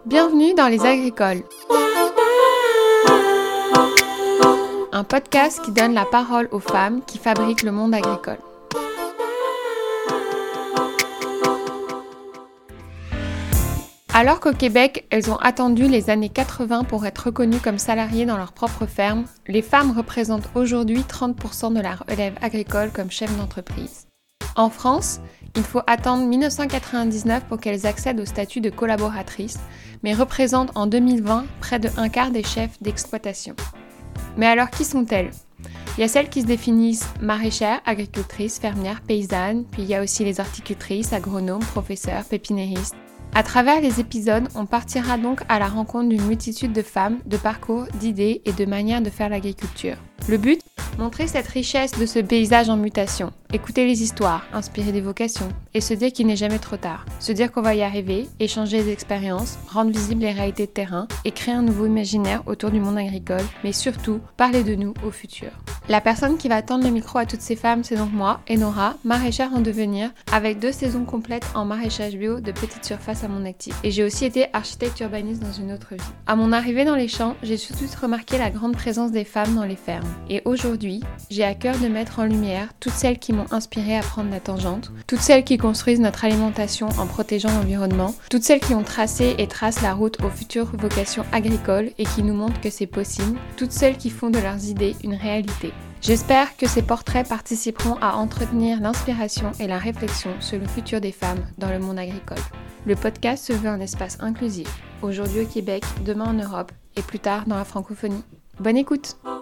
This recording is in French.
Bienvenue dans Les Agricoles, un podcast qui donne la parole aux femmes qui fabriquent le monde agricole. Alors qu'au Québec, elles ont attendu les années 80 pour être reconnues comme salariées dans leur propre ferme, les femmes représentent aujourd'hui 30% de la relève agricole comme chefs d'entreprise. En France, il faut attendre 1999 pour qu'elles accèdent au statut de collaboratrice, mais représentent en 2020 près de un quart des chefs d'exploitation. Mais alors qui sont-elles ? Il y a celles qui se définissent maraîchères, agricultrices, fermières, paysannes, puis il y a aussi les horticultrices, agronomes, professeurs, pépiniéristes. À travers les épisodes, on partira donc à la rencontre d'une multitude de femmes, de parcours, d'idées et de manières de faire l'agriculture. Le but ? Montrer cette richesse de ce paysage en mutation, écouter les histoires, inspirer des vocations et se dire qu'il n'est jamais trop tard. Se dire qu'on va y arriver, échanger des expériences, rendre visibles les réalités de terrain et créer un nouveau imaginaire autour du monde agricole, mais surtout parler de nous au futur. La personne qui va tendre le micro à toutes ces femmes, c'est donc moi, Enora, maraîchère en devenir, avec 2 saisons complètes en maraîchage bio de petite surface à mon actif. Et j'ai aussi été architecte urbaniste dans une autre vie. À mon arrivée dans les champs, j'ai tout de suite remarqué la grande présence des femmes dans les fermes. Et aujourd'hui, j'ai à cœur de mettre en lumière toutes celles qui m'ont inspirée à prendre la tangente, toutes celles qui construisent notre alimentation en protégeant l'environnement, toutes celles qui ont tracé et tracent la route aux futures vocations agricoles et qui nous montrent que c'est possible, toutes celles qui font de leurs idées une réalité. J'espère que ces portraits participeront à entretenir l'inspiration et la réflexion sur le futur des femmes dans le monde agricole. Le podcast se veut un espace inclusif, aujourd'hui au Québec, demain en Europe et plus tard dans la francophonie. Bonne écoute!